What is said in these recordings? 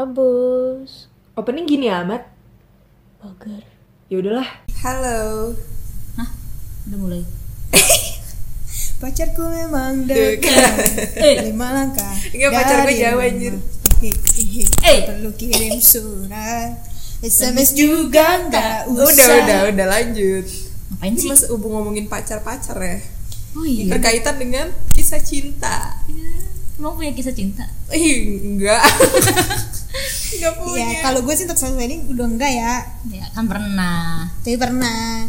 Mampus. Opening gini amat. Bager. Ya udahlah. Halo. Hah? Udah mulai. Pacarku memang dekat. 5 langkah. Enggak, pacar gue jauh anjir. Perlu kirim surat. SMS juga enggak usah. Udah lanjut. Ngapain sih? Mas ngomongin pacar-pacar ya. Oh iya. Berkaitan dengan kisah cinta. Emang punya kisah cinta? Enggak. Enggak punya. Ya kalau gue sih untuk selama ini udah enggak ya. Ya kan pernah. Tapi pernah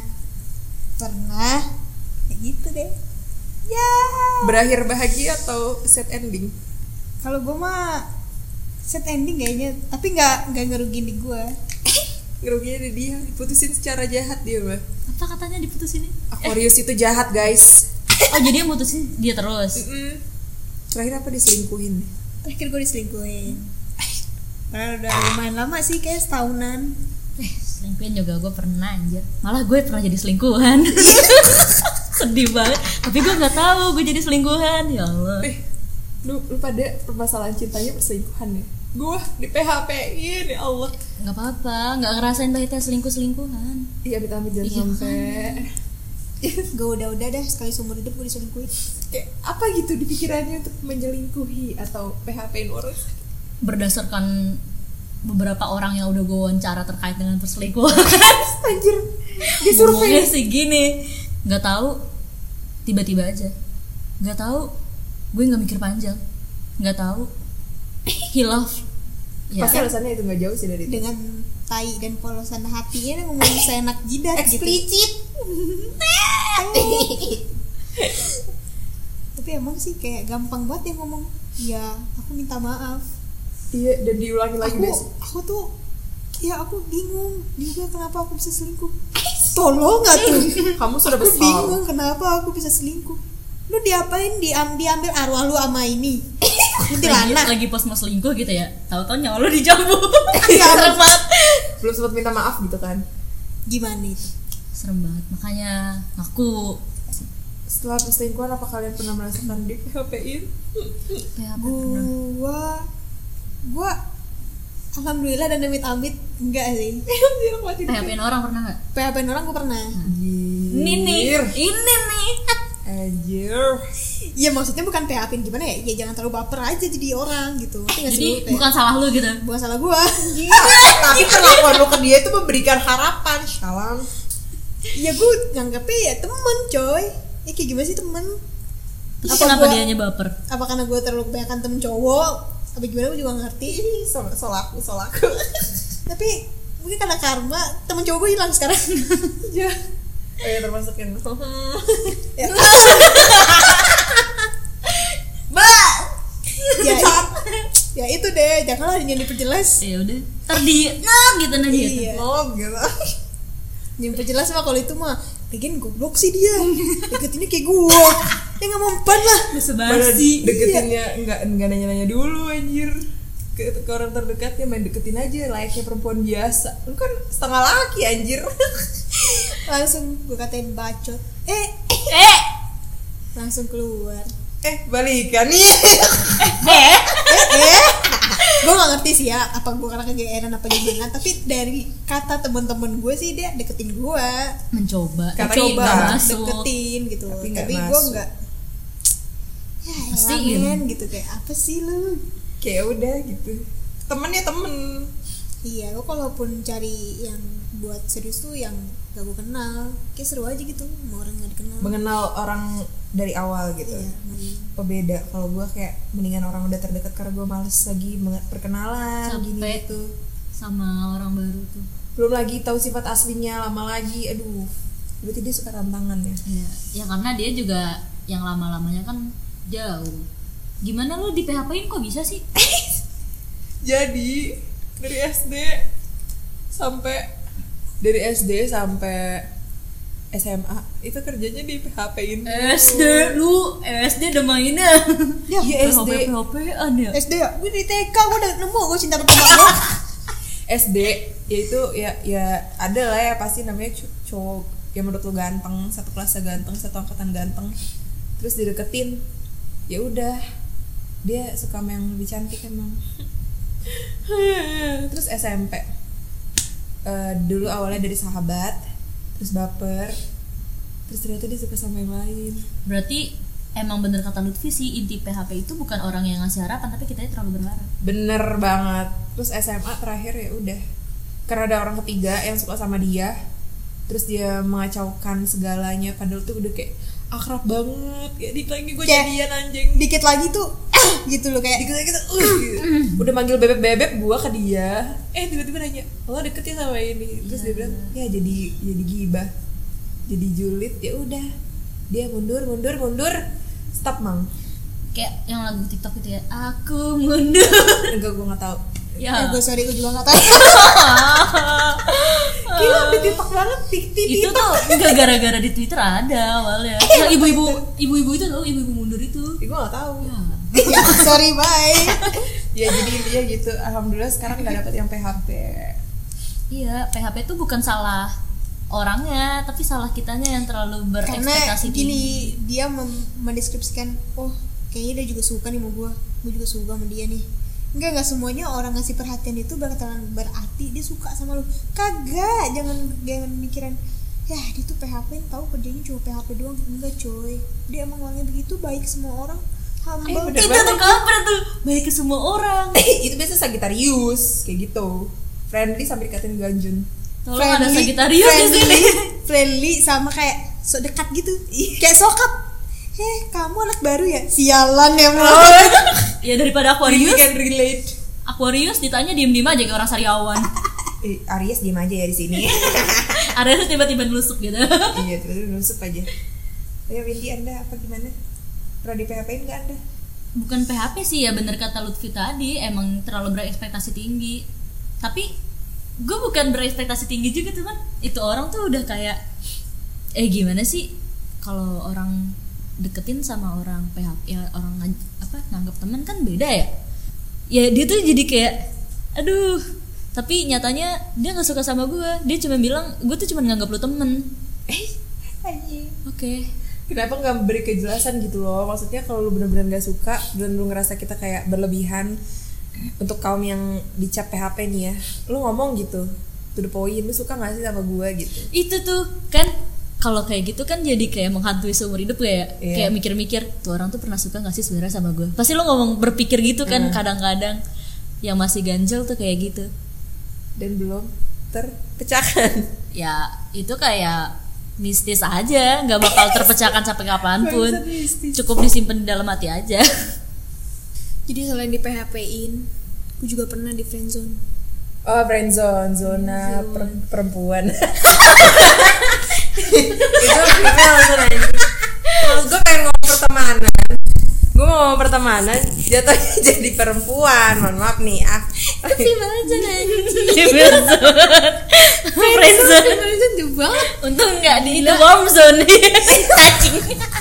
kayak gitu deh. Ya. Berakhir bahagia atau sad ending? Kalau gue mah set ending kayaknya, tapi nggak ngerugiin di gue. Ngeruginya di dia, diputusin secara jahat dia mah. Apa katanya diputusin? Aquarius itu jahat guys. Oh jadi yang putusin dia terus? Terakhir apa diselingkuhin? Terakhir gue diselingkuhin. Padahal udah lumayan lama sih, kayak setahunan. Selingkuhin juga gue pernah anjir. Malah gue pernah jadi selingkuhan. Sedih banget. Tapi gue nggak tahu gue jadi selingkuhan. Ya Allah. Lu pada permasalahan cintanya perselingkuhan ya? Gue di PHP-in, ya Allah. Nggak apa-apa, nggak ngerasain pahitnya selingkuhan. Iya, amit-amit jangan Iya, sampai. Gue udah dah sekali seumur hidup gue diselingkuhin. Kayak apa gitu di pikirannya untuk menyelingkuhi atau PHP-in orang? Berdasarkan beberapa orang yang udah gue wawancara terkait dengan perselingkuhan. Anjir, di survei Ngomongnya sih gini, nggak tahu, tiba-tiba aja, nggak tahu, gue nggak mikir panjang, nggak tahu, hilaf. Ya. pasti alasannya itu nggak jauh sih dari itu. Dengan tai dan polosan hatinya ngomong seenak jidat gitu. Eksplisit. Tapi emang sih kayak gampang banget ya ngomong. Ya, aku minta maaf. Iya, dan diulangi lagi Aku tuh ya aku bingung juga kenapa aku bisa selingkuh. Tolong gak tuh? Kamu sudah Aku besar. bingung kenapa aku bisa selingkuh. Lu diapain? Diambil arwah lu sama ini. Kuntilanak. Lagi pas mau selingkuh gitu ya, tahu-tahu nyawa lo dijambu. Serem banget. Belum sempat minta maaf gitu kan? Gimana itu? Serem banget, makanya aku Setelah perselingkuhan, apa kalian pernah merasakan di PHP-in? Gua alhamdulillah dan amit-amit enggak sih. PHP-in orang pernah nggak? PHP-in orang gua pernah. Ini nih. Anjir. Ya maksudnya bukan PHP-in gimana ya? Ya jangan terlalu baper aja jadi orang gitu. Ngerti nggak sih lu? Jadi Kayak, bukan salah lu gitu. bukan salah gua. Tapi perlakuan lu ke dia itu memberikan harapan, Shalom. Ya gua nganggapnya ya temen coy. Ya kayak gimana sih temen? Terus Apa kenapa gua- dianya baper? Apa karena gua terlalu kebanyakan temen cowok? Apa gimana gua juga nggak ngerti. Solaku. Tapi mungkin karena karma temen cowok gua hilang sekarang. Ya. Oh ya, termasuk yang Ya. Ya itu deh, janganlah yang diperjelas. Ya udah, gitu aja. Iya. gitu. Yang diperjelas mah kalau itu mah bikin goblok sih dia. Deketinnya kayak gua. Ya enggak mempan lah. Basa-basi. Deketinnya enggak nanya-nanya dulu anjir. Ke orang terdekatnya main deketin aja layaknya perempuan biasa. Lu kan setengah laki anjir. Langsung gua katain bacot. Langsung keluar. Balikan nih. Gue gak ngerti sih ya apa gue karena kegeeran apa gimana, tapi dari kata temen-temen gue sih dia deketin gue, Mencoba, Tapi tapi nggak nggak masuk. deketin gitu. Tapi nggak Tapi gue masuk. nggak. Ya Pastiin. elah, men, gitu kayak apa sih lu? Kayak udah gitu. Temennya temen. Iya, gue kalaupun cari yang buat serius tuh yang gak gue kenal, kayak seru aja gitu, sama orang gak dikenal. Mengenal orang dari awal gitu. Iya, Beda kalau gue kayak mendingan orang udah terdekat karena gue males lagi perkenalan gini Capek. gitu. Sama orang baru tuh. Belum lagi tahu sifat aslinya lama lagi. Aduh, berarti dia suka tantangan ya. Ya karena dia juga yang lama-lamanya kan jauh. Gimana lu di PHP-in kok bisa sih? Jadi dari SD sampai SMA itu kerjanya di PHP-in. SD udah mainnya. Iya, SD. PHP-an ya. SD ya, gue di TK gue udah nemu gue cinta pertama gue. SD yaitu ya ada lah ya pasti namanya cowok yang menurut lu ganteng, satu kelasnya ganteng, satu angkatan ganteng, terus dideketin. Ya udah, dia suka sama yang lebih cantik emang. Terus SMP. Dulu awalnya dari sahabat, terus baper, terus ternyata dia suka sama yang lain. Berarti emang bener kata Lutfi sih, inti PHP itu bukan orang yang ngasih harapan, tapi kita terlalu berharap. Bener banget. Terus SMA terakhir ya udah, karena ada orang ketiga yang suka sama dia, terus dia mengacaukan segalanya. Padahal tuh udah kayak akrab banget, kayak dikit lagi gue Kayak jadian anjing. Dikit lagi tuh gitu loh kayak. Dikit lagi tuh gitu. Udah manggil bebek gue ke dia, tiba-tiba nanya, lo deket ya sama ini? Terus dia bilang, ya jadi gibah, jadi julid. Ya udah, dia mundur, stop mang. Kayak yang lagu TikTok itu ya, aku mundur. Enggak, gue nggak tahu. Ya, Gue sorry, gue juga gak tahu. Gila, di TikTok banget, itu tuh nggak gara-gara di Twitter ada awalnya. Yang ibu-ibu itu loh, ibu-ibu mundur itu. Gue nggak tahu. Ya, sorry, bye. Ya jadi dia gitu. Alhamdulillah sekarang nggak dapet yang PHP. Iya, PHP itu bukan salah orangnya, tapi salah kitanya yang terlalu Karena berekspektasi gini, tinggi. dia mendeskripsikan, oh kayaknya dia juga suka nih sama gue juga suka sama dia nih. Enggak semuanya orang ngasih perhatian itu berarti dia suka sama lu. Kagak, jangan mikiran ya dia tuh PHP, tahu kerjanya cuma PHP doang. Enggak coy, dia emang orangnya begitu, baik semua orang, humble. bener Itu banget. tuh kabar tuh, baik ke semua orang. Itu biasa Sagittarius kayak gitu. Friendly sampai dikatain ganjun. Tolong ada Sagittarius di sini. Friendly sama kayak so dekat gitu, kayak sokap. Kamu anak baru ya? Sialan ya Ya daripada You Aquarius. can relate. Aquarius ditanya diem-diem aja kayak orang sariawan. Aries diem aja ya di sini. Aries tiba-tiba nusuk gitu. Iya, terus nusuk aja. Ya Windy, Anda apa gimana? Pernah di PHP-in nggak Anda? Bukan PHP sih ya, bener kata Lutfi tadi, emang terlalu berekspektasi tinggi. Tapi gue bukan berekspektasi tinggi juga tuh kan. Itu orang tuh udah kayak gimana sih kalau orang deketin sama orang PHP ya, orang nganggap teman kan beda ya. Ya dia tuh jadi kayak aduh, tapi nyatanya dia nggak suka sama gue. Dia cuma bilang gue tuh cuma nganggap lu temen. Oke. Kenapa nggak beri kejelasan gitu loh? Maksudnya kalau lu benar-benar nggak suka dan lu ngerasa kita kayak berlebihan untuk kaum yang dicap PHP nih ya, lu ngomong gitu, to the point, lu suka nggak sih sama gue gitu? Itu tuh kan kalau kayak gitu kan jadi kayak menghantui seumur hidup ya. Kayak mikir-mikir tuh orang tuh pernah suka nggak sih sebenarnya sama gue? Pasti lo ngomong berpikir gitu kan. Kadang-kadang yang masih ganjel tuh kayak gitu dan belum terpecahkan. ya itu kayak mistis aja, nggak bakal terpecahkan sampai kapanpun. Cukup disimpan di dalam hati aja. Jadi selain di PHP-in, gue juga pernah di friendzone. Oh, friendzone, zona perempuan. Itu female tuh nanti. Kalau gue pengen ngomong pertemanan, jatuhnya jadi perempuan. Mohon maaf nih, Female aja nanti. Friendzone tuh banget. untung nggak di itu warm zone. Cacing.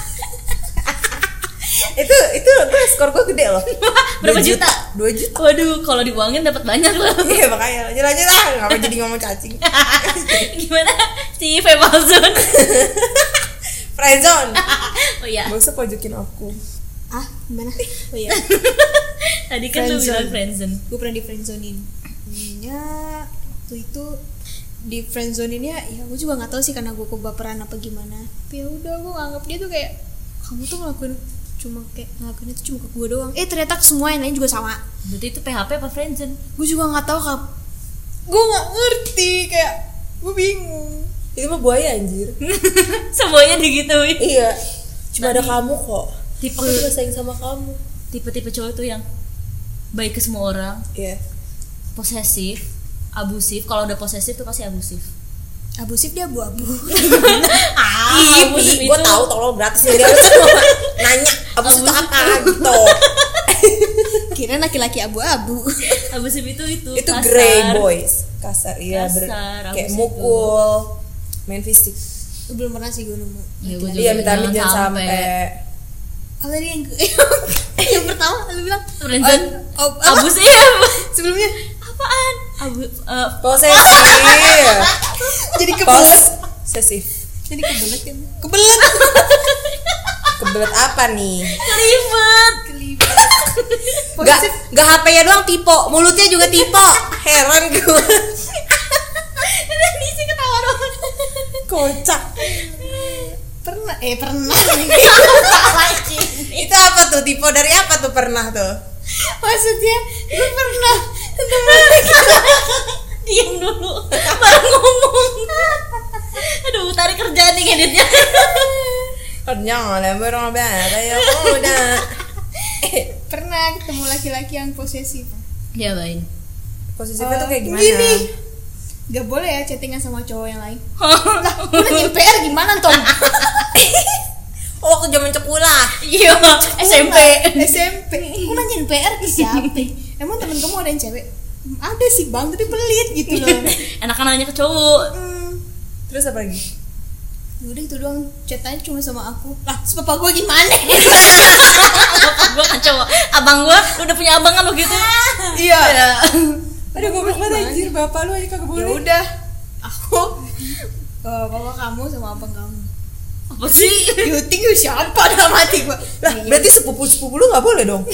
itu gue skor gue gede loh. Berapa juta? 2 juta. Waduh, kalau dibuangin dapat banyak loh. Iya makanya lanjut lah, ngapa jadi ngomong cacing. Gimana si female zone? Friendzone. Oh iya, Gak usah pojokin aku. Gimana? Oh iya, tadi kan lu bilang friendzone. gue pernah di friendzonein. Ya waktu itu di friendzonein ya gue juga nggak tahu sih karena gue kebaperan apa gimana. Tapi ya udah, gue nganggap dia tuh kayak kamu tuh ngelakuin itu cuma ke gue doang. Ternyata ke semua yang lain juga sama. Berarti itu PHP apa friendzone? Gue juga nggak tahu gue nggak ngerti, kayak gue bingung. Itu mah buaya anjir. Semuanya digituin. Iya. Cuma ada kamu kok. Tipe Aku juga sayang sama kamu. tipe cowok tuh yang baik ke semua orang, Iya. posesif, abusif. Kalau udah posesif tuh pasti abusif. Abusif dia abu-abu. Abusif Gue itu- tahu tolong gratis dia harus semua nanya abus itu apa gitu. Kira laki-laki abu-abu. Abusif itu Itu kasar. grey boys. Kasar iya Kasar, kayak abus mukul, main fisik. Belum pernah sih gue nemu. Ya, gue juga Iya, minta-minta jangan jangan sampai. Apa tadi yang pertama lu bilang friendzone. apa? Abusif. Sebelumnya Apaan? Posesif. jadi kebelet. Posesif. Jadi kebelet kan? Kebelet. Kebelet apa nih? Kelibet. Gak HP-nya doang tipe, mulutnya juga tipe. Heran gue. Ini sih ketawa dong. Kocak. Pernah Itu apa tuh? Tipe dari apa tuh pernah tuh? maksudnya gue pernah Diam dulu. Baru ngomong. Aduh, tarik kerjaan nih editnya. Jangan lempar orang banget ya udah. pernah ketemu laki-laki yang posesif. Dia bain. Posisinya tuh kayak gimana? Gini, gak boleh ya chattingan sama cowok yang lain. Lah, gue nanya PR gimana Tom? Oh, waktu zaman sekolah. Iya, SMP. SMP. Gue nanyain PR ke siapa? Emang temen kamu ada yang cewek? Ada sih bang, tapi pelit gitu loh. Enakan nanya ke cowok. Terus apa lagi? Udah itu doang, chat aja cuma sama aku. Lah, terus papa gue gimana? Gue kan cowok. Abang gue udah punya abang kan lo gitu. Iya. Ya. Aduh, goblok banget anjir, bapak lu aja kagak Ya boleh. udah, aku papa kamu sama abang kamu. Apa sih? Yuting lu siapa dalam hati gue? Lah, berarti sepupu lu enggak boleh dong.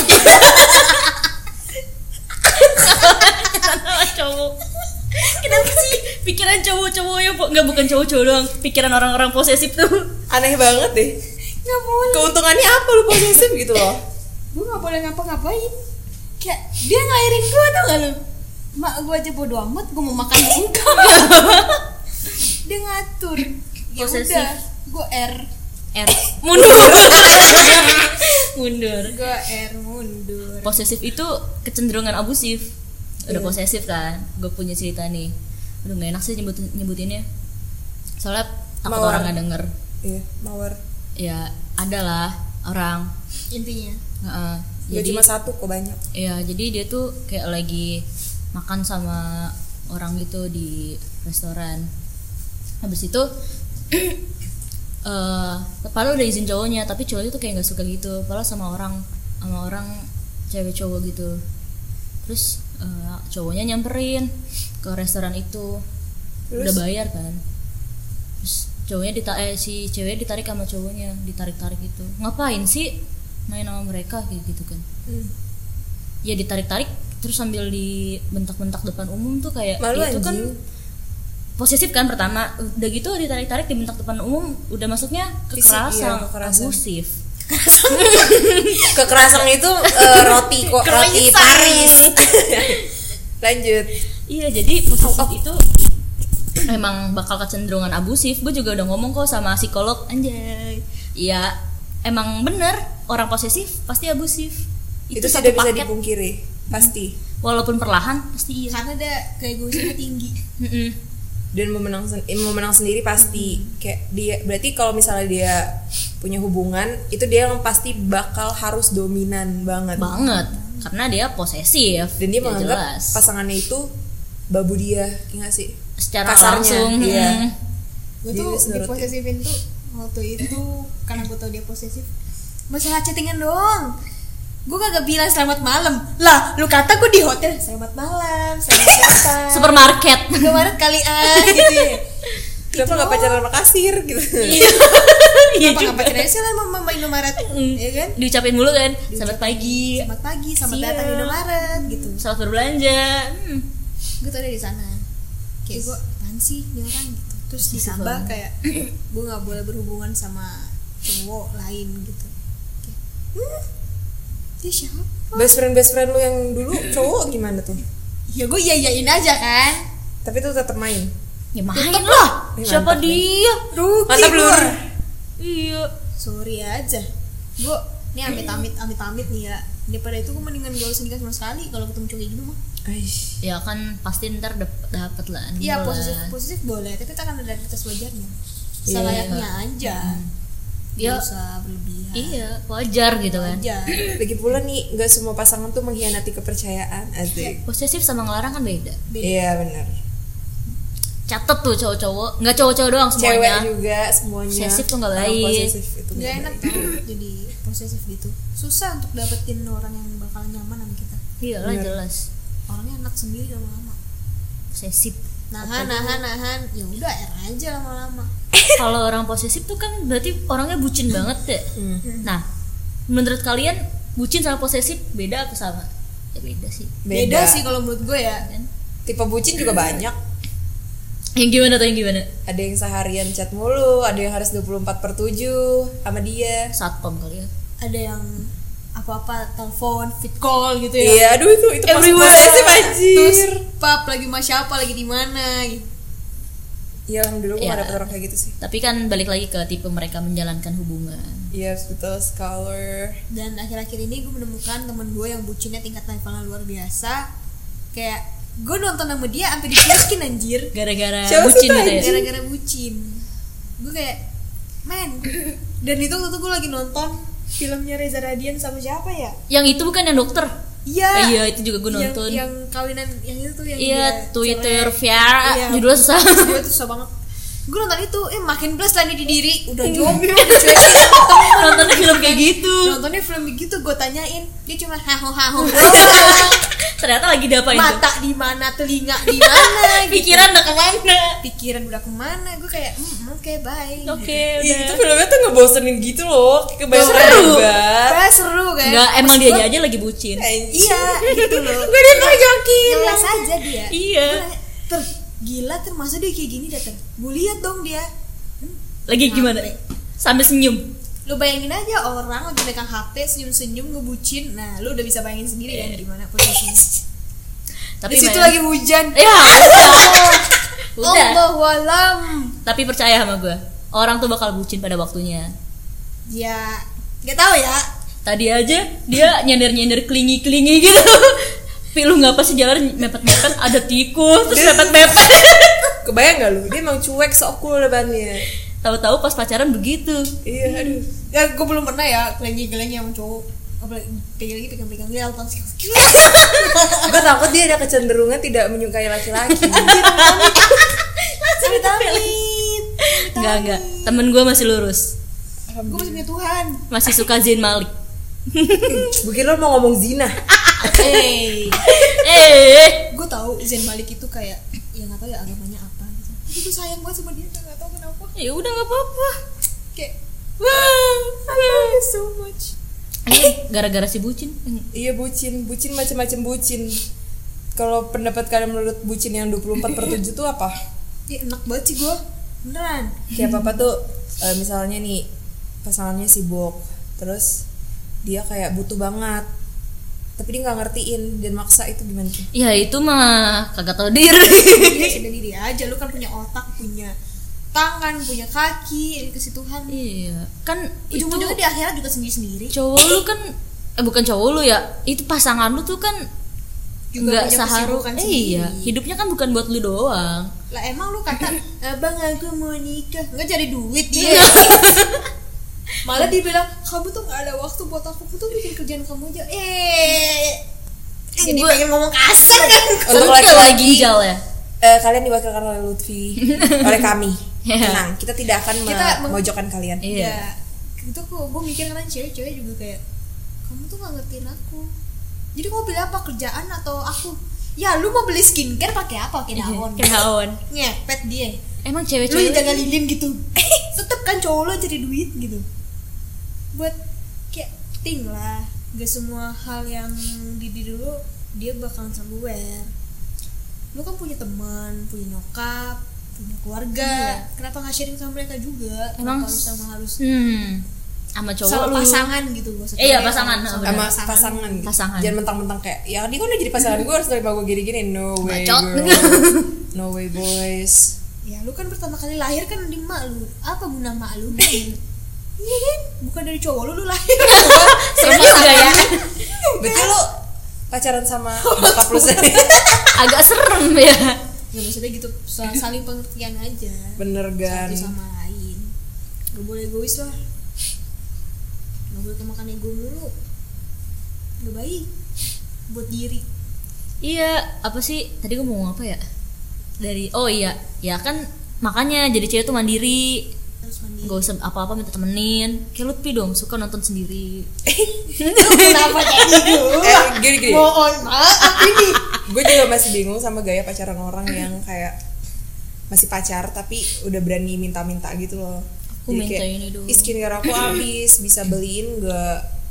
Sama cowok. Kenapa sih pikiran cowok-cowok yang nggak bukan cowok-cowok doang, pikiran orang-orang posesif tuh Aneh banget deh. Nggak boleh. Keuntungannya apa lu posesif gitu loh? Gue nggak boleh ngapa-ngapain. Kayak dia ngairin gue tau gak lu? Mak gue aja bodo amat, gue mau makan enggak. Dia ngatur. Ya Posesif. udah, gue R. mundur. Mundur. Gue R mundur. Posesif itu kecenderungan abusif. Udah posesif kan, gue punya cerita nih. Aduh gak enak sih nyebutinnya. Soalnya takut Mawar. orang gak denger. Iya, mawar. Ya ada lah orang. Intinya. Gak Jadi cuma satu kok, banyak. ya jadi dia tuh kayak lagi makan sama orang gitu di restoran. Habis itu padahal udah izin cowoknya, tapi cowoknya tuh kayak nggak suka gitu. Padahal sama orang cewek cowok gitu. Terus cowoknya nyamperin ke restoran itu. Terus? Udah bayar kan. Terus cowoknya si ceweknya ditarik sama cowoknya, ditarik-tarik gitu. Ngapain sih main sama mereka kayak gitu kan? Ya ditarik-tarik terus sambil dibentak-bentak depan umum tuh kayak Malu itu kan anjing. posesif kan pertama. Udah gitu ditarik-tarik dibentak depan umum, udah masuknya Fisik, iya, kekerasan, kekerasan. abusif. Kekerasan itu roti Paris. Lanjut. Iya, jadi posesif itu emang bakal kecenderungan abusif. Gue juga udah ngomong kok sama psikolog, anjay. Iya, emang bener orang posesif pasti abusif. Itu satu tidak bisa paket. dipungkiri, pasti. Walaupun perlahan pasti iya. Karena dia keegoisannya tinggi. Mm-mm. Dan mau menang sendiri pasti. Kayak dia berarti kalau misalnya dia punya hubungan, itu dia yang pasti bakal harus dominan banget. Karena dia posesif. Dan dia ya menganggap jelas. pasangannya itu babu dia, ya nggak sih? Secara Kasarnya, langsung. iya. Gue Jadi tuh menurut- diposesifin tuh waktu itu karena gue tau dia posesif. Masalah chattingan doang. Gue kagak bilang selamat malam. Lah, lu kata gue di hotel selamat malam, selamat datang. Supermarket. Kemarin kali gitu ya. Kenapa nggak pacaran sama kasir gitu? Iya Kenapa juga. nggak pacaran sih lah Mama Indomaret, ya kan? Diucapin mulu kan. Selamat pagi. Selamat pagi, selamat Siang. datang di Indomaret gitu. Selamat berbelanja. Gue tuh ada di sana. Kayak gue apaan sih ini orang gitu. Terus ditambah banget. kayak gue nggak boleh berhubungan sama cowok lain gitu. Kayak, dia siapa? Best friend lu yang dulu cowok gimana tuh? Ya gue iyain aja kan. Tapi tuh tetap main. Ya main lah. Ih, Siapa mantap dia? Rugi Mantap gua. lur. Iya. Sorry aja. Gue nih amit-amit nih ya. Daripada itu gue mendingan gak usah nikah sama sekali kalau ketemu cowok kayak gitu mah. Aish. Ya kan pasti ntar dapet lah. Iya Bola. positif boleh, tapi kan ada batas wajarnya. Iya. Selayaknya aja. Ya. Gak usah berlebihan. Iya, wajar gitu kan. Wajar. Lagi pula nih, nggak semua pasangan tuh mengkhianati kepercayaan, asik. Posesif sama ngelarang kan beda. Iya benar. Catet tuh cowok-cowok, nggak cowok-cowok doang Cewek semuanya. juga semuanya. Posesif tuh nggak Orang baik. Posesif itu Gak enak baik. tau jadi posesif gitu. Susah untuk dapetin orang yang bakal nyaman sama kita. Iya lah Bener. jelas. Orangnya enak sendiri lama-lama. Posesif. Nahan. Ya udah R aja lama-lama. Kalau orang posesif tuh kan berarti orangnya bucin banget deh. Nah, menurut kalian bucin sama posesif beda apa sama? Ya beda sih. Beda sih kalau menurut gue ya. Kan? Tipe bucin juga banyak. Yang gimana tuh, yang gimana? Ada yang seharian chat mulu, ada yang harus 24/7 sama dia. Satpam kali ya. Ada yang apa-apa telepon, fit call gitu ya. Iya, aduh itu pas Everywhere. posesif Terus anjir. pap lagi sama siapa, lagi di mana gitu. Iya, alhamdulillah gue Iya. gak dapet orang kayak gitu sih. Tapi kan balik lagi ke tipe mereka menjalankan hubungan. Iya, betul, scholar. Dan akhir-akhir ini gue menemukan temen gue yang bucinnya tingkat levelnya luar biasa. Kayak gue nonton sama dia sampai diputuskin anjir. Gara-gara Siapa sih bucin tuh, gitu ya. Gara-gara bucin. Gue kayak men. Dan itu waktu itu gue lagi nonton filmnya Reza Radian sama siapa ya? Yang itu bukan yang dokter. Iya. Iya, itu juga gue nonton. Yang kawinan yang itu tuh yang Iya, dia Twitter cerai. Viara, Iya. judulnya susah. Judulnya tuh susah banget. Gue nonton itu, makin plus lah nih di diri. Udah jomblo cuy. Nontonnya film kayak gitu. Nontonnya film begitu, gue tanyain, dia cuma haho Ternyata lagi diapain tuh? mata di mana, telinga di mana, gitu. Pikiran udah kemana? Pikiran udah kemana? Gue kayak, oke, bye. Oke, Ih, udah. itu filmnya tuh ngebosenin gitu loh. Kebayang Seru. banget. Bah, seru kan? Enggak, emang Maksud dia gua, aja lagi bucin. Iya, gitu loh. Gue dipajakin. Ngeles aja dia. Iya. Gua nanya, gila termasuk dia kayak gini dah. Gue lihat dong dia. Lagi gimana? Sambil senyum. Lu bayangin aja orang lagi megang HP senyum-senyum ngebucin. Nah, lu udah bisa bayangin sendiri kan gimana posisinya. Tapi Di situ Maya- lagi hujan. Ya, udah. Allahualam. Tapi percaya sama gue, orang tuh bakal bucin pada waktunya. Ya, nggak tahu ya. Tadi aja dia nyender kelingi gitu. Tapi lu nggak pas sih jalan mepet ada tikus terus mepet. Kebayang gak lu? Dia emang cuek sok cool depannya. Tahu-tahu pas pacaran begitu. Iya, aduh. Ya, gue belum pernah ya kelengi-kelengi sama cowok. Apalagi lagi pegang-pegang dia altan. Gue takut dia ada kecenderungan tidak menyukai laki-laki. Amit-amit. Enggak. Temen gue masih lurus, Gue masih punya Tuhan. masih suka Zain Malik. Gue kira lo mau ngomong zina. Hey. Eh, Gue tahu Zain Malik itu kayak ya nggak tahu ya agamanya apa gitu. Tapi gue sayang banget sama dia, nggak tahu kenapa. ya udah nggak apa-apa. Kayak wah, I love you so much. Ini gara-gara si bucin. Iya, bucin macam-macam bucin. Kalau pendapat kalian menurut bucin yang 24/7 tuh apa? Ya enak banget sih gue, beneran. Kayak apa tuh? Misalnya nih pasangannya sibuk, terus dia kayak butuh banget, tapi dia nggak ngertiin dan maksa, itu gimana tuh? Ya itu mah kagak tahu diri. Dia sadar diri aja, lu kan punya otak, punya tangan, punya kaki, dikasih Tuhan. Iya, kan itu Ujung-ujungnya di akhirat juga sendiri-sendiri. cowok lu kan bukan cowok lu ya, itu pasangan lu tuh kan Juga nggak punya seharusnya. kesibukan sendiri. Iya, hidupnya kan bukan buat lu doang. Lah emang lu kata, abang aku mau nikah, nggak cari duit dia. Malah dibilang, kamu tuh nggak ada waktu buat aku tuh bikin kerjaan kamu aja. Jadi Gua- pengen ngomong kasar kan? Untuk Lu laki-laki, lagi ginjal ya. kalian diwakilkan oleh Lutfi, oleh kami. Iya. Tenang, kita tidak akan Kita memojokkan kalian. Iya. Ya, itu kok gue mikir kan cewek-cewek juga kayak, kamu tuh nggak ngertiin aku. Jadi mau pilih apa, kerjaan atau aku? Ya lu mau beli skincare pakai apa? Pakai daun. Kayak haon. Ngepet dia. Emang Lu cewek-cewek jaga lilin gitu. Tetep kan cowok lu cari duit gitu. Buat kayak ting lah. Gak semua hal yang di diri lu dia bakalan selalu aware. Lu kan punya teman, punya nyokap, punya keluarga. Kenapa nggak sharing sama mereka juga? Emang Kenapa harus sama cowok sama lu. pasangan gitu gue Iya, pasangan, Sama pasangan gitu. Pasangan. Jangan mentang-mentang kayak, ya dia kan udah jadi pasangan gue, harus terima gue gini-gini. No way, Bacot. girl. No way, boys. Ya lu kan pertama kali lahir kan di mak lu. Apa guna mak lu? Iya kan? Bukan dari cowok lu lahir. Serem juga ya. Betul lo pacaran sama bokap lu sendiri. Agak serem ya. Ya maksudnya gitu, saling pengertian aja. Bener kan? Satu sama lain. Gak boleh egois lah. Gak boleh kemakan ego mulu. Gak baik buat diri. Iya, apa sih? Tadi gue mau ngomong apa ya? Ya kan makanya jadi cewek tuh mandiri. Terus mandi. Gak usah apa-apa minta temenin. Kayak Lutfi dong, suka nonton sendiri. Kenapa kayak gitu? Gini. Mohon maaf ini. Gue juga masih bingung sama gaya pacaran orang yang kayak masih pacar tapi udah berani minta-minta gitu loh. Aku minta ini dong. Skincare aku habis, bisa beliin gak?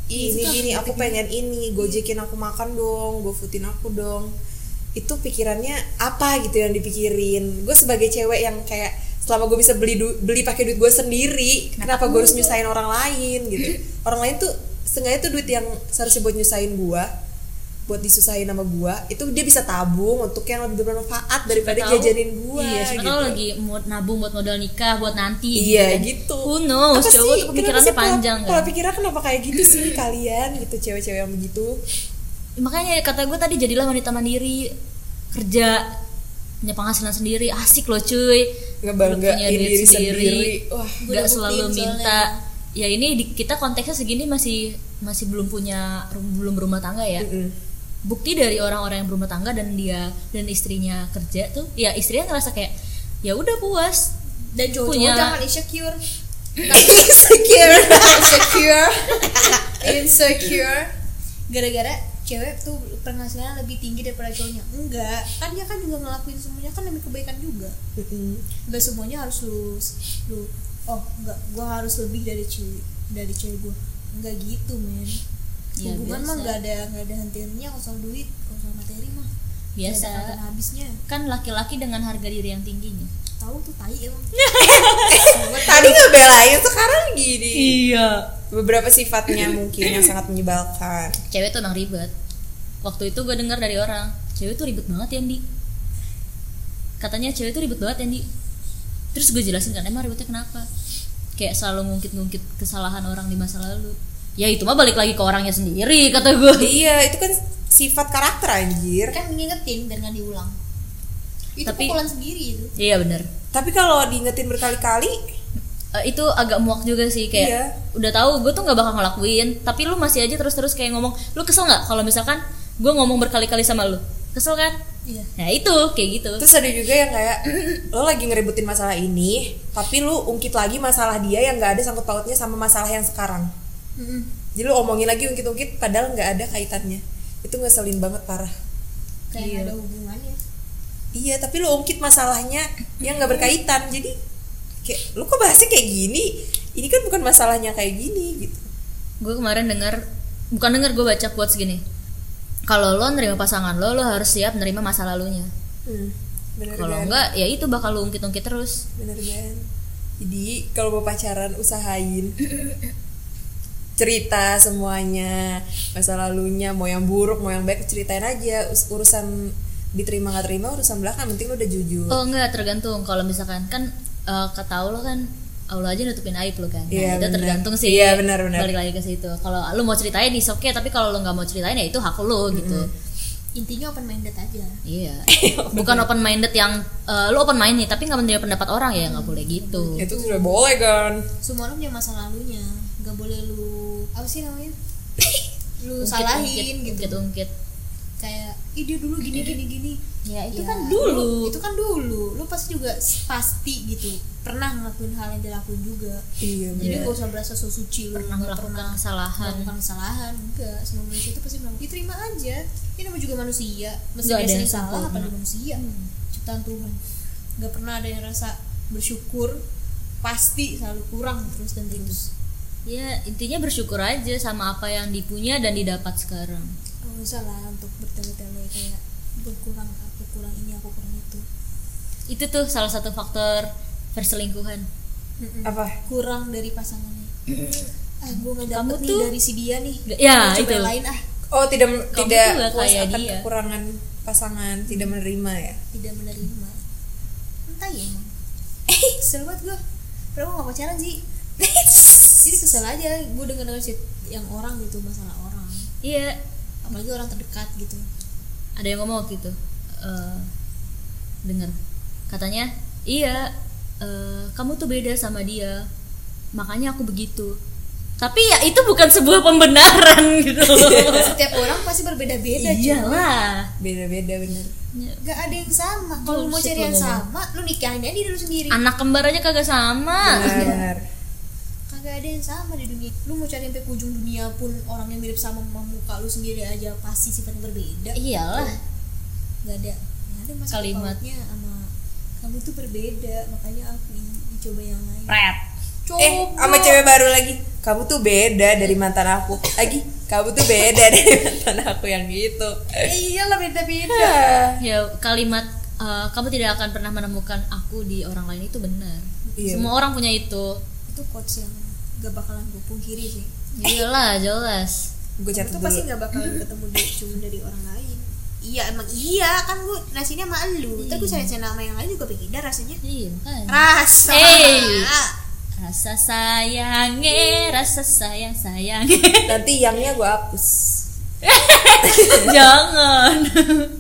ini gini, aku pengen ini, gojekin aku makan dong, GoFoodin aku dong. Itu pikirannya apa gitu yang dipikirin. Gue sebagai cewek yang kayak selama gue bisa beli pakai duit gue sendiri, kenapa gue harus nyusahin orang lain gitu. Orang lain tuh seenggaknya tuh duit yang seharusnya buat nyusahin gue, buat disusahin sama gue, itu dia bisa tabung untuk yang lebih bermanfaat daripada jajanin gue. Iya, siapa gitu. tahu lagi mau nabung buat modal nikah, buat nanti. Iya kan. gitu. Who knows, Apa cowok sih? tuh pikirannya panjang Kalau kan. pikiran kenapa kayak gitu sih kalian gitu, cewek-cewek yang begitu. Makanya kata gue tadi, jadilah wanita mandiri, kerja, punya penghasilan sendiri, asik loh cuy. Ngebanggain Punya duit diri sendiri. Wah, Gua Gak udah selalu buktiin minta. Ya ini kita konteksnya segini masih belum belum berumah tangga ya. Bukti dari orang-orang yang berumah tangga dan dia dan istrinya kerja tuh, ya istrinya ngerasa kayak ya udah puas. Dan cowok Punya- jangan insecure. Insecure gara-gara cewek tuh penghasilan lebih tinggi daripada cowoknya. Enggak, kan dia kan juga ngelakuin semuanya kan demi kebaikan juga. Enggak semuanya harus lu oh enggak, gua harus lebih dari cewek gua. Enggak gitu, men. Ya, Hubungan biasa. mah enggak ada henti-hentinya kalau soal duit, kalau soal materi mah. Biasa. Nggak ada habisnya. Kan laki-laki dengan harga diri yang tingginya. Tahu tuh tai emang. tadi ngebelain, sekarang gini. Iya. Beberapa sifatnya mungkin yang sangat menyebalkan. Cewek tuh emang ribet. Waktu itu gue dengar dari orang, cewek tuh ribet banget ya, Ndi. Katanya cewek tuh ribet banget ya, Ndi. Terus gue jelasin kan, emang ribetnya kenapa? Kayak selalu ngungkit-ngungkit kesalahan orang di masa lalu. Ya itu mah balik lagi ke orangnya sendiri, kata gue. Iya, itu kan sifat karakter anjir. Kan ngingetin dengan diulang. Itu Tapi- pukulan sendiri itu. Iya bener. Tapi kalau diingetin berkali-kali, Itu agak muak juga sih, kayak Iya. udah tahu gue tuh nggak bakal ngelakuin, tapi lu masih aja terus kayak ngomong. Lu kesel nggak kalau misalkan gue ngomong berkali-kali sama lu? Kesel kan? Iya. Nah itu kayak gitu. terus ada juga yang kayak lo lagi ngeributin masalah ini, tapi lu ungkit lagi masalah dia yang nggak ada sangkut pautnya sama masalah yang sekarang. Jadi lu omongin lagi ungkit-ungkit padahal nggak ada kaitannya. Itu ngeselin banget parah. Kayak Iya. nggak ada hubungannya. Iya, tapi lu ungkit masalahnya yang nggak berkaitan. Jadi kayak lu kok bahasnya kayak gini? Ini kan bukan masalahnya kayak gini gitu. Gue kemarin gue baca quotes gini. Kalau lo nerima pasangan lo harus siap nerima masa lalunya. Bener Kalau kan? enggak, ya itu bakal lo ungkit-ungkit terus. Bener kan? Jadi kalau mau pacaran usahain cerita semuanya, masa lalunya, mau yang buruk mau yang baik ceritain aja. Urusan diterima nggak terima urusan belakang, penting lo udah jujur. Oh enggak, tergantung. Kalau misalkan kan kata lo kan Allah aja nutupin aib lo kan. Nah, Iya, itu benar. tergantung sih. Iya, benar. Balik lagi ke situ. Kalau lo mau ceritain is oke, tapi kalau lo nggak mau ceritain ya itu hak lo gitu. Intinya open minded aja. Iya. Bukan open minded yang lo open mind nih tapi nggak menerima pendapat orang, ya nggak boleh gitu. Itu sudah boleh kan? Semua orang punya masa lalunya. Gak boleh lu apa sih namanya? Lu Ungkit, salahin gitu. ungkit. Kayak ih dia dulu gini. Ya itu Ya, kan dulu. Itu kan dulu. Lu pasti juga pasti gitu pernah ngelakuin hal yang dilakuin juga. Iya, Jadi bener. gak usah berasa so suci lu Pernah nggak melakukan kesalahan. melakukan kesalahan. Enggak, semua manusia itu pasti melakukan. Diterima aja. Ini namanya juga manusia. Meski Nggak ada biasanya yang salah apa sempurna. di manusia. Ciptaan Tuhan. Gak pernah ada yang rasa bersyukur. Pasti selalu kurang terus dan terus. Ya intinya bersyukur aja sama apa yang dipunya dan didapat sekarang. Gak usah lah untuk bertele-tele kayak berkurang, aku kurang ini, aku kurang itu. Itu tuh salah satu faktor perselingkuhan. Mm-mm. Apa? Kurang dari pasangannya. Gue nggak Kamu dapet nih tuh- dari si dia nih. Ya, Gua coba itu. yang lain Oh, tidak juga puas kayak akan dia. kekurangan pasangan, tidak menerima ya. tidak menerima. Entah ya emang. Kesel banget gue. Padahal gue gak pacaran sih. Jadi kesel aja gue denger shit yang orang gitu, masalah orang. Iya, Apalagi orang terdekat gitu. ada yang ngomong waktu itu. Dengar. Katanya, "Iya, kamu tuh beda sama dia. Makanya aku begitu." Tapi ya itu bukan sebuah pembenaran gitu. Setiap orang pasti berbeda-beda. cuy. Iyalah. Beda-beda bener. Gak ada yang sama. Kalau lu mau Bullshit cari yang lu ngomong. sama, lu nikahin aja diri lu sendiri. Anak kembar aja kagak sama. Benar. Kagak ada yang sama di dunia. Lu mau cari sampai ke ujung dunia pun orang yang mirip sama muka lu sendiri aja pasti sifatnya berbeda. Iyalah. Gak ada. Gak ada mas Kalimat. pautnya sama kamu tuh berbeda, makanya aku coba yang lain. Red. Coba. Sama cewek baru lagi. kamu tuh beda dari mantan aku. Lagi kamu tuh beda dari mantan aku yang gitu. Iyalah beda-beda. Ya kalimat kamu tidak akan pernah menemukan aku di orang lain itu benar. Iya. Semua orang punya itu. Itu quotes yang gak bakalan gue pungkiri sih. Iyalah jelas. Gue catat Itu dulu. pasti gak bakalan ketemu dia cuma dari orang lain. Iya emang iya kan gue rasanya sama elu. Terus gue cari-cari nama yang lain juga beda rasanya. Iya makanya. Rasa. Rasa sayange, rasa sayang. Nanti yangnya gue hapus. Jangan.